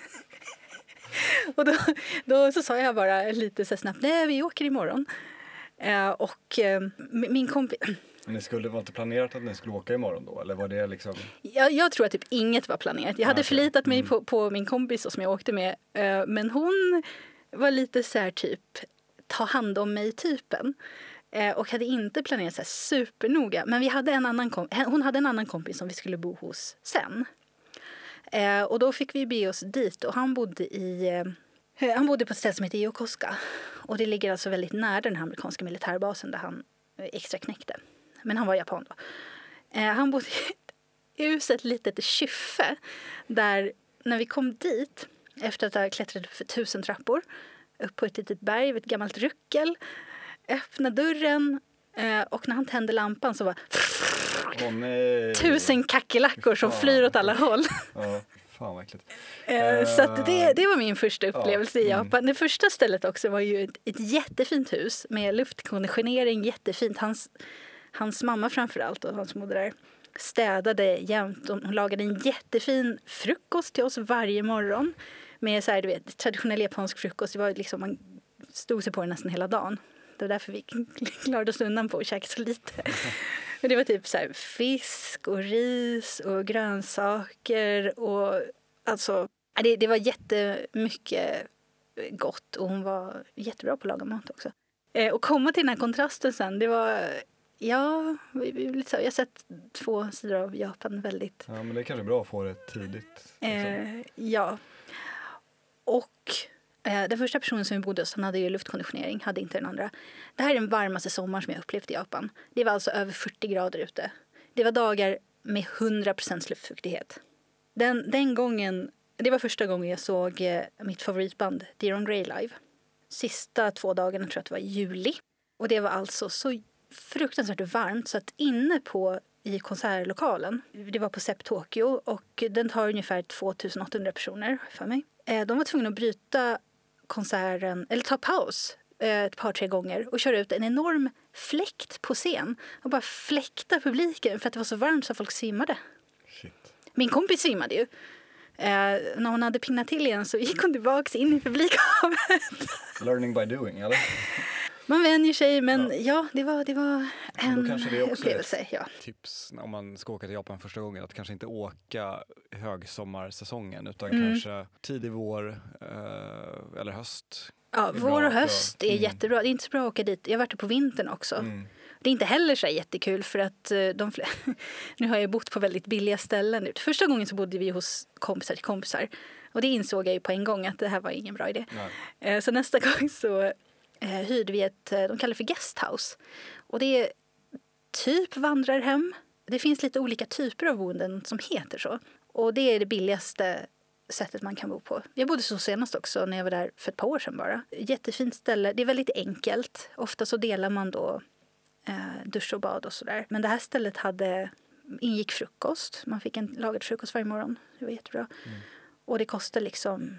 Och då så sa jag bara lite så snabbt, nej vi åker imorgon. Och min kompis... Men det var inte planerat att ni skulle åka imorgon då? Eller var det liksom... Jag tror att typ inget var planerat. Jag hade förlitat mig på min kompis som jag åkte med. Men hon var lite så här typ ta hand om mig-typen. Och hade inte planerat så här supernoga. Men vi hade hon hade en annan kompis som vi skulle bo hos sen. Och då fick vi be oss dit. Och han bodde på ett ställe som heter Yokosuka. Och det ligger alltså väldigt nära den här amerikanska militärbasen där han extra knäckte. Men han var japan då. Han bodde i ett litet kyffe där när vi kom dit efter att ha klättrat för 1000 trappor upp på ett litet berg, ett gammalt ruckel, öppna dörren och när han tände lampan så var 1000 kackerlackor som flyr åt alla håll. Ja, fan vad äckligt. Så att det var min första upplevelse i Japan. Det första stället också var ju ett jättefint hus med luftkonditionering, jättefint. Hans mamma framförallt och han som bodde där städade jämt. Hon lagade en jättefin frukost till oss varje morgon. Med så här, du vet, traditionell japansk frukost. Det var liksom, man stod sig på den nästan hela dagen. Det var därför vi klarade oss undan på att käka så lite. Men det var typ så här, fisk och ris och grönsaker. Och alltså, det var jättemycket gott. Och hon var jättebra på att laga mat också. Och komma till den här kontrasten sen, det var... Ja, jag har sett 2 sidor av Japan väldigt... Ja, men det är kanske bra att få det tidigt. Ja. Och den första personen som vi bodde hos, han hade ju luftkonditionering, hade inte den andra. Det här är den varmaste sommaren som jag upplevt i Japan. Det var alltså över 40 grader ute. Det var dagar med 100% luftfuktighet. Den gången, det var första gången jag såg mitt favoritband Dear on Grey live. Sista 2 dagarna tror jag att det var i juli. Och det var alltså så fruktansvärt varmt så att inne i konsertlokalen, det var på Sepp Tokyo och den tar ungefär 2800 personer för mig. De var tvungna att bryta konserten, eller ta paus ett par, 3 gånger och köra ut en enorm fläkt på scen och bara fläkta publiken för att det var så varmt så folk svimmade. Shit. Min kompis svimmade ju. När hon hade pinnat till igen så gick hon tillbaka in i publikhavet. Learning by doing, eller? Man vänjer sig, men ja det var en upplevelse. Ja. Tips om man ska åka till Japan första gången, att kanske inte åka högsommarsäsongen utan kanske tidig vår eller höst. Ja, vår och höst är jättebra. Det är inte så bra att åka dit. Jag har varit på vintern också. Det är inte heller så jättekul för att nu har jag bott på väldigt billiga ställen. Första gången så bodde vi hos kompisar till kompisar. Och det insåg jag ju på en gång att det här var ingen bra idé. Så nästa gång så hyrde vi de kallar det för guesthouse. Och det är typ vandrarhem. Det finns lite olika typer av boenden som heter så. Och det är det billigaste sättet man kan bo på. Jag bodde så senast också när jag var där för ett par år sedan bara. Jättefint ställe. Det är väldigt enkelt. Ofta så delar man då dusch och bad och sådär. Men det här stället ingick frukost. Man fick en lagad frukost varje morgon. Det var jättebra. Och det kostade liksom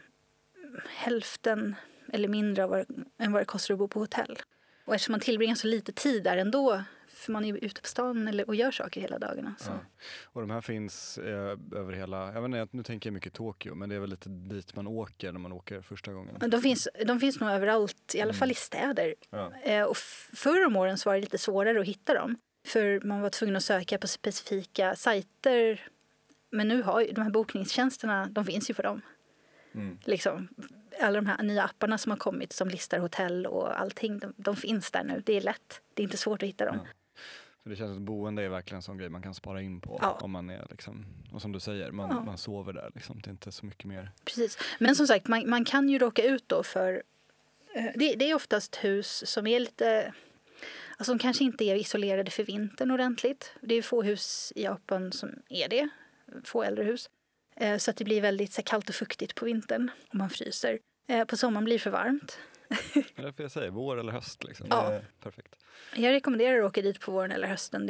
hälften eller mindre än vad det kostar att bo på hotell. Och eftersom man tillbringar så lite tid där ändå, för man är ju ute på stan och gör saker hela dagarna. Så. Ja. Och de här finns över hela, jag vet inte, nu tänker jag mycket Tokyo, men det är väl lite dit man åker när man åker första gången. De finns nog överallt, i alla fall i städer. Ja. Och förr om åren så var det lite svårare att hitta dem. För man var tvungen att söka på specifika sajter. Men nu har ju de här bokningstjänsterna, de finns ju på dem. Liksom, alla de här nya apparna som har kommit som listar hotell och allting, de finns där nu. Det är lätt. Det är inte svårt att hitta dem. Ja. Så det känns att boende är verkligen en sån grej man kan spara in på om man är liksom, och som du säger, man sover där liksom. Det är inte så mycket mer. Precis. Men som sagt, man kan ju råka ut då för det är oftast hus som är lite, alltså de kanske inte är isolerade för vintern ordentligt. Det är få hus i Japan som är det. Få äldre hus. Så att det blir väldigt så kallt och fuktigt på vintern om man fryser. På sommaren blir det för varmt. Det är därför jag säger vår eller höst. Liksom. Ja. Det är perfekt. Jag rekommenderar att åka dit på våren eller hösten.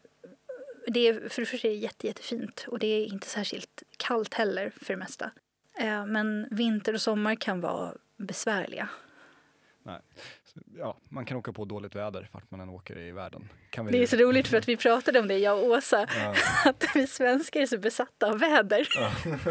Det är för det första jättefint. Och det är inte särskilt kallt heller för det mesta. Men vinter och sommar kan vara besvärliga. Nej. Ja, man kan åka på dåligt väder vart man än åker i världen. Det är så roligt för att vi pratade om det, jag och Åsa. Ja. Att vi svenskar är så besatta av väder. Ja.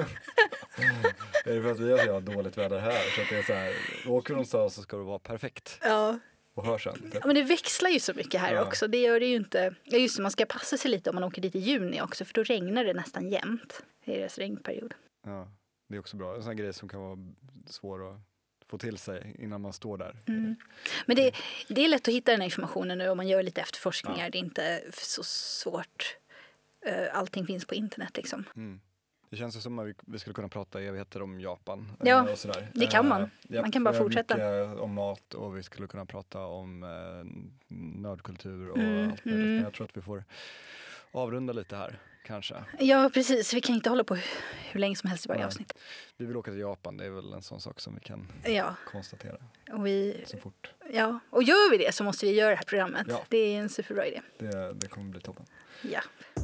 Det är för att vi har dåligt väder här. Så att det är så här, åker du någonstans så ska det vara perfekt. Ja. Och hör sen. Ja, men det växlar ju så mycket här också. Det gör det ju inte. Ja, just det, man ska passa sig lite om man åker dit i juni också. För då regnar det nästan jämt. Det är deras regnperiod. Ja, det är också bra. En sån grej som kan vara svår att få till sig innan man står där. Men det är lätt att hitta den här informationen nu om man gör lite efterforskningar. Det är inte så svårt. Allting finns på internet liksom. Det känns som att vi skulle kunna prata evigheter om Japan. Ja, och sådär. Det kan man. Man kan bara fortsätta. Mycket om mat och vi skulle kunna prata om nördkultur och allt möjligt. Men jag tror att vi får avrunda lite här. Kanske. Ja, precis. Vi kan inte hålla på hur länge som helst i varje avsnitt. Vi vill åka till Japan. Det är väl en sån sak som vi kan konstatera. Och så fort. Ja, och gör vi det så måste vi göra det här programmet. Ja. Det är en superbra idé. Det kommer bli toppen. Ja.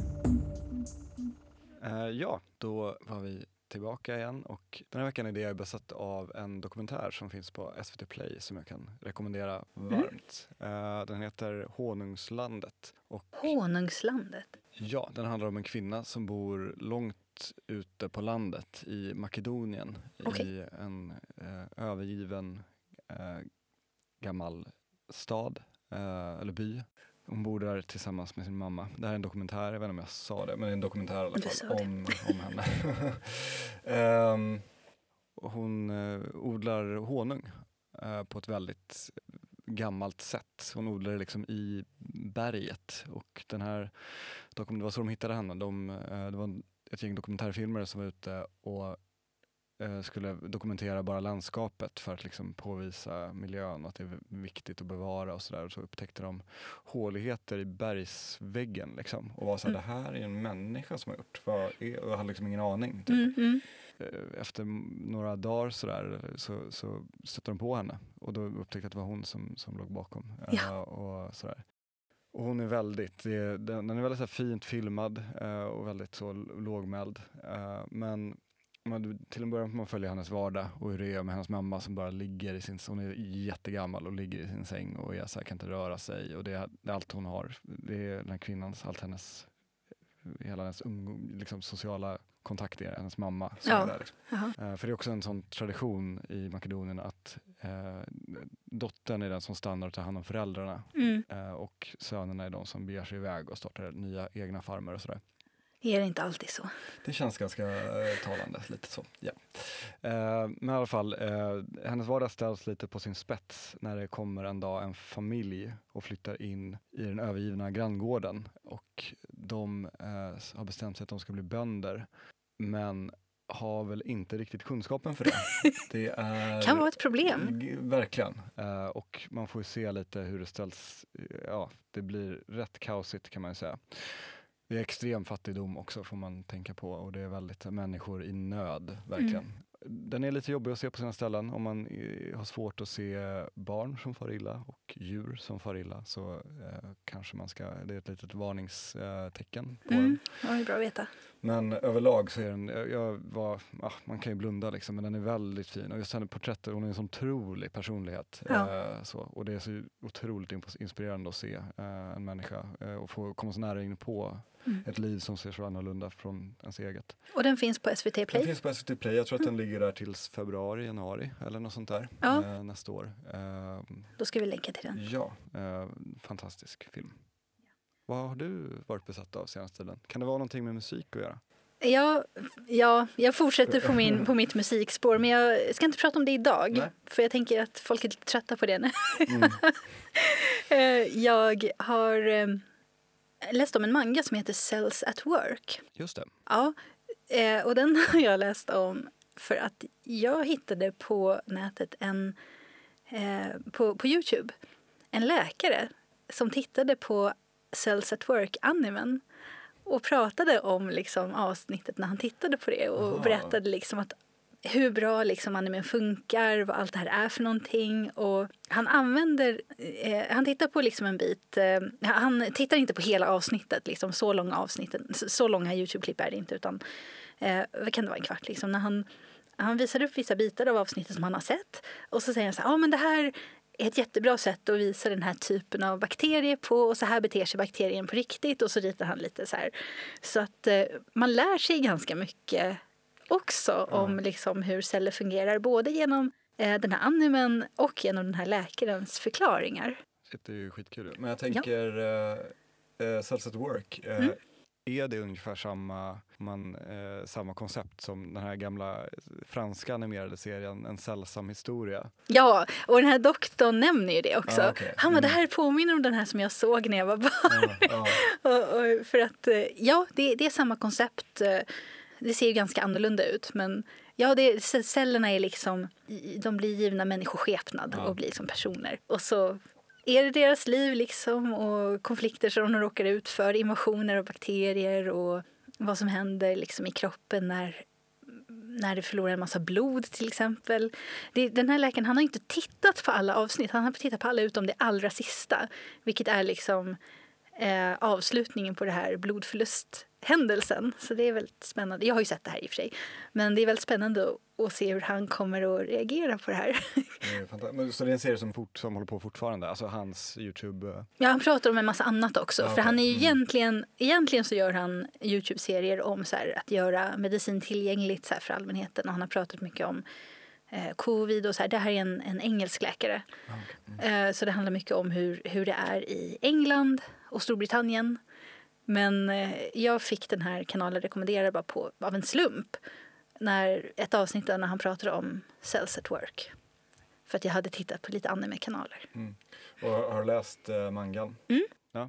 Ja, då var vi tillbaka igen. Och den här veckan är det besatt av en dokumentär som finns på SVT Play som jag kan rekommendera varmt. Den heter Honungslandet. Honungslandet? Ja, den handlar om en kvinna som bor långt ute på landet i Makedonien. I en övergiven gammal stad eller by. Hon bor där tillsammans med sin mamma. Det här är en dokumentär, jag vet inte om jag sa det, men det är en dokumentär i alla fall om henne. Hon odlar honung på ett väldigt gammalt sätt. Hon odlar det liksom i berget. Och den här, det var så de hittade henne. Det var ett gäng dokumentärfilmare som var ute och skulle dokumentera bara landskapet för att liksom påvisa miljön och att det är viktigt att bevara och sådär. Och så upptäckte de håligheter i bergsväggen liksom. Och var så här, det här är en människa som har gjort. Och jag hade liksom ingen aning. Typ. Efter några dagar så stötte de på henne. Och då upptäckte att det var hon som låg bakom. Och sådär. Och hon är den är väldigt så här fint filmad och väldigt så lågmäld. Men till en början får man följa hennes vardag och hur det är med hennes mamma som bara ligger i hon är jättegammal och ligger i sin säng och är så här, kan inte röra sig. Och det är allt hon har. Det är den här kvinnans, hela hennes liksom, sociala kontakt är hennes mamma. Där, liksom. För det är också en sån tradition i Makedonien att dottern är den som stannar och tar hand om föräldrarna. Och sönerna är de som beger sig iväg och startar nya egna farmer och sådär. Är det inte alltid så? Det känns ganska talande, lite så. Ja. Men i alla fall, hennes vardag ställs lite på sin spets när det kommer en dag en familj och flyttar in i den övergivna granngården. Och de har bestämt sig att de ska bli bönder, men har väl inte riktigt kunskapen för det. Det kan vara ett problem. Verkligen. Och man får ju se lite hur det ställs. Ja, det blir rätt kaosigt kan man ju säga. Det är extrem fattigdom också får man tänka på och det är väldigt människor i nöd, verkligen. Den är lite jobbig att se på sina ställen om man har svårt att se barn som far illa och djur som far illa så kanske det är ett litet varningstecken på den. Ja, det är bra att veta. Men överlag så är den, man kan ju blunda liksom, men den är väldigt fin och just hennes porträtter, hon är en sån otrolig personlighet. Och det är så otroligt inspirerande att se en människa och få komma så nära in på ett liv som ser så annorlunda från ens eget. Och den finns på SVT Play? Den finns på SVT Play. Jag tror att den ligger där tills februari, januari eller något sånt där nästa år. Då ska vi länka till den. Ja, fantastisk film. Vad har du varit besatt av senaste tiden? Kan det vara någonting med musik att göra? Ja, jag fortsätter på mitt musikspår, men jag ska inte prata om det idag. Nej. För jag tänker att folk är lite trötta på det nu. Jag har läst om en manga som heter Cells at Work. Just det. Ja, och den har jag läst om för att jag hittade på nätet på YouTube en läkare som tittade på Cells at Work-animen och pratade om liksom avsnittet när han tittade på det och berättade liksom att hur bra liksom animen funkar, vad allt det här är för någonting. Och han tittar på liksom en bit, han tittar inte på hela avsnittet, liksom, så långa YouTube-klipp är det inte, utan vad kan det vara, en kvart liksom, när han visar upp vissa bitar av avsnittet som han har sett och så säger han så här, men det här är ett jättebra sätt att visa den här typen av bakterier på och så här beter sig bakterien på riktigt och så ritar han lite så här. Så att man lär sig ganska mycket också om liksom hur celler fungerar, både genom den här animen och genom den här läkarens förklaringar. Det är ju skitkul. Men jag tänker Cells at Work, är det ungefär samma koncept som den här gamla franska animerade serien En sällsam historia? Ja, och den här doktorn nämner ju det också. Okay. Han bara, det här påminner om den här som jag såg när jag var barn. och för att, det är samma koncept. Det ser ju ganska annorlunda ut, men cellerna är liksom, de blir givna människoskepnad och blir liksom personer. Och så är det deras liv liksom och konflikter som de råkar ut för, invasioner av bakterier och vad som händer liksom i kroppen när det förlorar en massa blod till exempel. Den här läkaren, han har inte tittat på alla avsnitt, han har tittat på alla utom det allra sista, vilket är liksom avslutningen på det här blodförlusthändelsen. Så det är väldigt spännande. Jag har ju sett det här i och för sig. Men det är väldigt spännande att se hur han kommer att reagera på det här. Så det är en serie som håller på fortfarande? Alltså hans YouTube... Ja, han pratar om en massa annat också. För han är ju egentligen så gör han YouTube-serier om så här, att göra medicin tillgängligt så här, för allmänheten. Och han har pratat mycket om covid och så här. Det här är en engelsk läkare. Så det handlar mycket om hur det är i England och Storbritannien. Men jag fick den här kanalen rekommenderad bara av en slump. Ett avsnitt när han pratade om Cells at Work. För att jag hade tittat på lite anime-kanaler. Och har du läst mangan? Ja,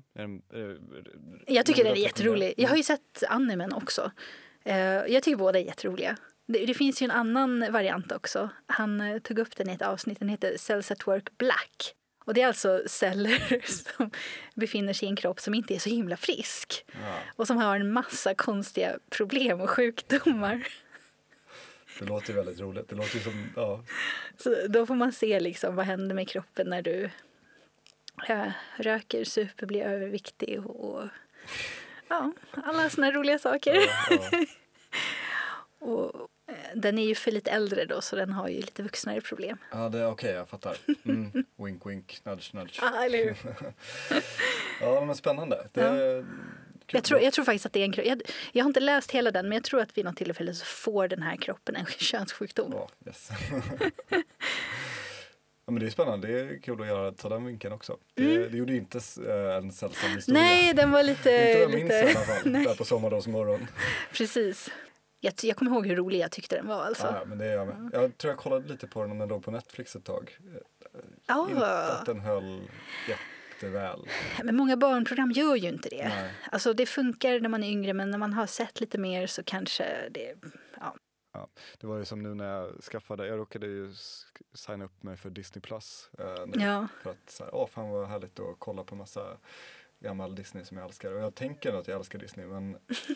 jag tycker den är jätterolig. Jag har ju sett animen också. Jag tycker båda är jätteroliga. Det finns ju en annan variant också. Han tog upp den i ett avsnitt. Den heter Cells at Work Black. Och det är alltså celler som befinner sig i en kropp som inte är så himla frisk. Ja. Och som har en massa konstiga problem och sjukdomar. Det låter ju väldigt roligt. Det låter ju som, ja. Så då får man se liksom vad händer med kroppen när du röker, super, blir överviktig och alla såna roliga saker. Ja. Och den är ju för lite äldre då, så den har ju lite vuxnare problem. Ja, det är okej, jag fattar. Wink, wink, nudge, nudge. Ja, eller hur? Ja, men spännande. Jag tror faktiskt att det är en kropp. Jag har inte läst hela den, men jag tror att vid något tillfälle så får den här kroppen en könssjukdom. Ja, yes. Ja, men det är spännande. Det är kul att ta den vinkeln också. Det gjorde inte en sällsam historia. Nej, den var lite... Inte jag minns i alla fall, där på sommardagsmorgon. Precis. Jag kommer ihåg hur rolig jag tyckte den var. Alltså. Ja, men det är jag med. Jag tror jag kollade lite på den om den låg på Netflix ett tag. Inte att den höll jätteväl. Men många barnprogram gör ju inte det. Nej. Alltså det funkar när man är yngre, men när man har sett lite mer så kanske det... Ja. Ja, det var ju som nu när jag råkade ju signa upp mig för Disney Plus. För att så här, fan vad härligt att kolla på massa gammal Disney som jag älskar. Och jag tänker att jag älskar Disney, men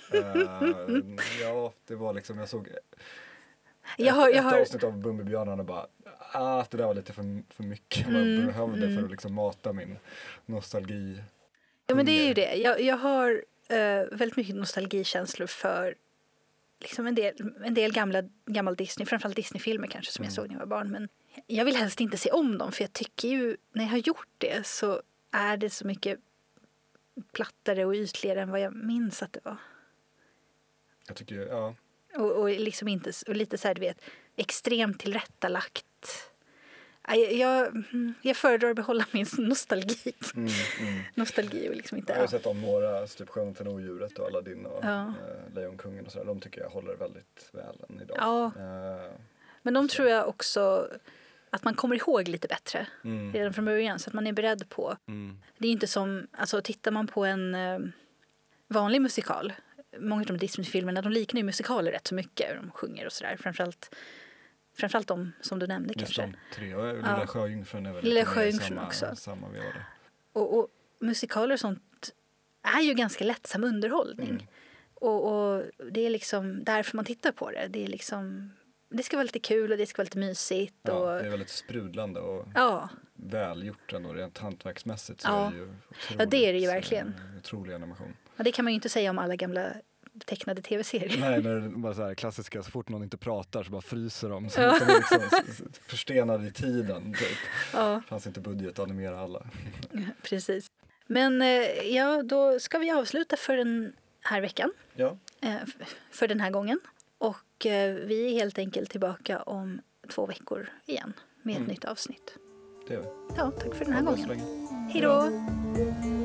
det var liksom, jag såg ett avsnitt av Bumbibjörnarna och bara, det där var lite för mycket. Man behövde för att liksom mata min nostalgi. Ja, men det är ju det. Jag har väldigt mycket nostalgikänslor för liksom en del gammal Disney, framförallt Disney-filmer kanske som jag såg när jag var barn. Men jag vill helst inte se om dem, för jag tycker ju, när jag har gjort det så är det så mycket plattare och ytligare än vad jag minns att det var. Jag tycker, ja. Och liksom inte, och lite så här, du vet, extremt tillrättalagt. Jag föredrar att behålla min nostalgi. Nostalgi och liksom inte... Jag har sett om några, typ Skönheten och odjuret och Aladdin och Lejonkungen och sådär. De tycker jag håller väldigt väl än idag. Ja. Men de tror jag också att man kommer ihåg lite bättre redan från början, så att man är beredd på. Det är ju inte som, alltså tittar man på en vanlig musikal, många av de Disney-filmerna, de liknar ju musikaler rätt så mycket. De sjunger och sådär, framförallt de som du nämnde. Just kanske. De tre, och Lilla Sjöjungfrun är väl Lilla lite Sjöjungfrun mer också. samma vevade. Och musikaler och sånt är ju ganska lättsam underhållning. Och det är liksom därför man tittar på det. Det är liksom, det ska vara lite kul och det ska vara lite mysigt. Ja, och det är väldigt sprudlande och välgjort ändå rent hantverksmässigt. Så är det ju det är det ju verkligen. Otrolig animation. Ja, det kan man ju inte säga om alla gamla tecknade tv-serier. Nej, när det bara så här klassiska, så fort någon inte pratar så bara fryser de. Så de är liksom förstenade i tiden. Typ. Det fanns inte budget att animera alla. Precis. Men då ska vi avsluta för den här veckan. Ja. För den här gången. Och vi är helt enkelt tillbaka om 2 veckor igen med ett nytt avsnitt. Det är vi. Ja, tack för den här gången. Så länge. Hej då!